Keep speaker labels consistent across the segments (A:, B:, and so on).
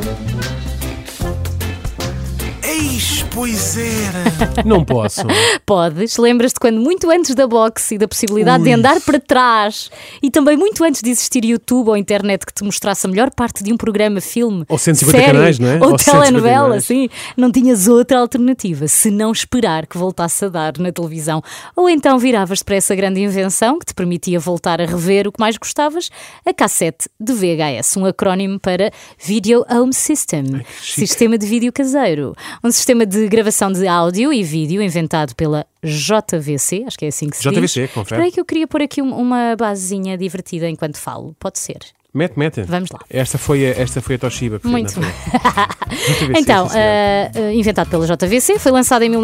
A: Eis, pois era.
B: Não posso.
C: Podes. Lembras-te quando muito antes da boxe e da possibilidade de andar para trás e também muito antes de existir YouTube ou internet que te mostrasse a melhor parte de um programa, filme,
B: Ou 150
C: série,
B: canais, não é?
C: ou
B: 150
C: telenovela,
B: canais.
C: sim, não tinhas outra alternativa se não esperar que voltasse a dar na televisão. Ou então viravas-te para essa grande invenção que te permitia voltar a rever o que mais gostavas, a cassete de VHS, um acrónimo para Video Home System, sistema de vídeo caseiro. Um sistema de gravação de áudio e vídeo inventado pela JVC, acho que é assim que se diz.
B: JVC, confere.
C: Espera aí que eu queria pôr aqui uma basezinha divertida enquanto falo. Pode ser.
B: Mete.
C: Vamos lá.
B: Esta foi a Toshiba. Que
C: Muito
B: fez,
C: bem.
B: JVC,
C: Então,
B: sim, senhor.
C: inventado pela JVC, foi lançado em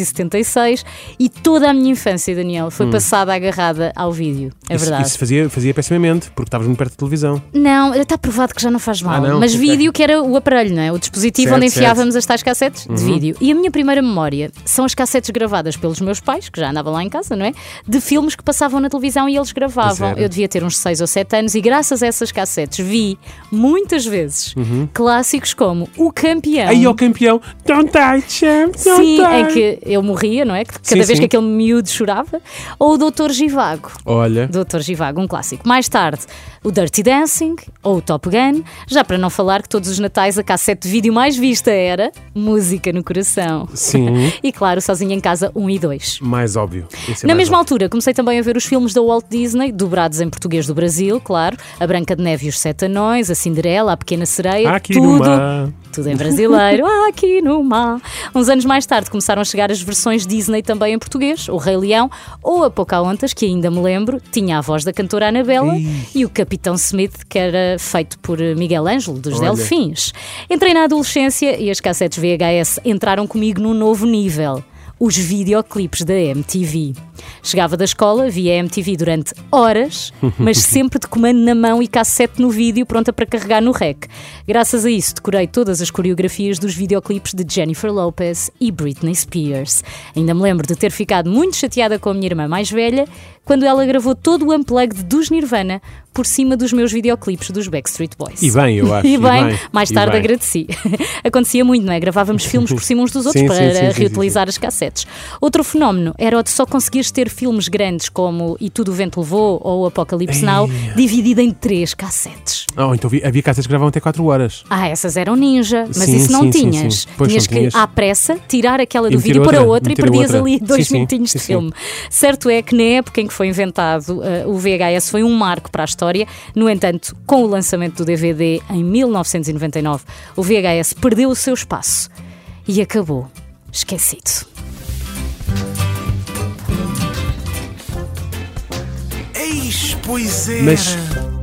C: 1976 e toda a minha infância, Daniel, foi passada agarrada ao vídeo. É verdade.
B: Isso fazia pessimamente, porque estavas muito perto da televisão.
C: Não, está provado que já não faz mal.
B: não?
C: Mas
B: Ok.
C: vídeo, que era o aparelho, não é? O dispositivo
B: Certo,
C: onde enfiávamos
B: certo.
C: as tais cassetes de vídeo. E a minha primeira memória são as cassetes gravadas pelos meus pais, que já andavam lá em casa, não é? De filmes que passavam na televisão e eles gravavam.
B: Pois era.
C: Eu devia ter uns 6 ou 7 anos e graças a essas cassetes vi muitas vezes clássicos como O Campeão.
B: Aí, ó campeão, don't die, champ, don't
C: Sim,
B: die.
C: em que eu morria, não é? Que cada
B: Sim,
C: vez
B: sim.
C: que aquele miúdo chorava. Ou o Doutor Givago.
B: Olha,
C: Doutor Givago, um clássico. Mais tarde, o Dirty Dancing ou o Top Gun. Já para não falar que todos os natais a cassete de vídeo mais vista era Música no Coração.
B: sim,
C: E claro, Sozinha em Casa 1 e 2.
B: mais óbvio. Esse é
C: Na
B: mais
C: mesma
B: óbvio.
C: altura, comecei também a ver os filmes da Walt Disney, dobrados em português do Brasil, claro. A Branca de Neve e os Sete Anões, a Cinderela, a Pequena Sereia,
B: Aqui no mar.
C: tudo em brasileiro, aqui no mar. Uns anos mais tarde começaram a chegar as versões Disney também em português, o Rei Leão ou a Pocahontas, que ainda me lembro, tinha a voz da cantora Anabela e o Capitão Smith, que era feito por Miguel Ângelo, dos
B: Olha.
C: Delfins. Entrei na adolescência e as cassetes VHS entraram comigo num novo nível. Os videoclipes da MTV. Chegava da escola, via a MTV durante horas, mas sempre de comando na mão e cassete no vídeo, pronta para carregar no rec. Graças a isso, decorei todas as coreografias dos videoclipes de Jennifer Lopez e Britney Spears. Ainda me lembro de ter ficado muito chateada com a minha irmã mais velha quando ela gravou todo o unplugged dos Nirvana por cima dos meus videoclipes dos Backstreet Boys.
B: E bem, eu acho.
C: E bem, mais
B: e
C: tarde
B: bem.
C: agradeci. Acontecia muito, não é? Gravávamos filmes por cima uns dos outros
B: Sim,
C: para
B: sim,
C: reutilizar as cassetes. Outro fenómeno era o de só conseguires ter filmes grandes como E Tudo o Vento Levou ou Apocalipse Now, dividido em 3 cassetes.
B: Oh, então havia cassetes que gravavam até 4 horas.
C: Essas eram ninja, mas
B: Sim,
C: isso não
B: sim, sim,
C: tinhas.
B: sim. Pois,
C: Tinhas
B: não tinhas.
C: que, à pressa, tirar aquela do
B: E meter
C: vídeo para
B: outra,
C: outra e
B: meter
C: perdias
B: outra.
C: ali 2
B: Sim, sim,
C: minutinhos
B: sim,
C: de
B: sim.
C: filme. Certo é que na época em que foi inventado o VHS foi um marco para a história. No entanto, com o lançamento do DVD em 1999, o VHS perdeu o seu espaço e acabou esquecido.
A: Eis, pois era.
B: Mas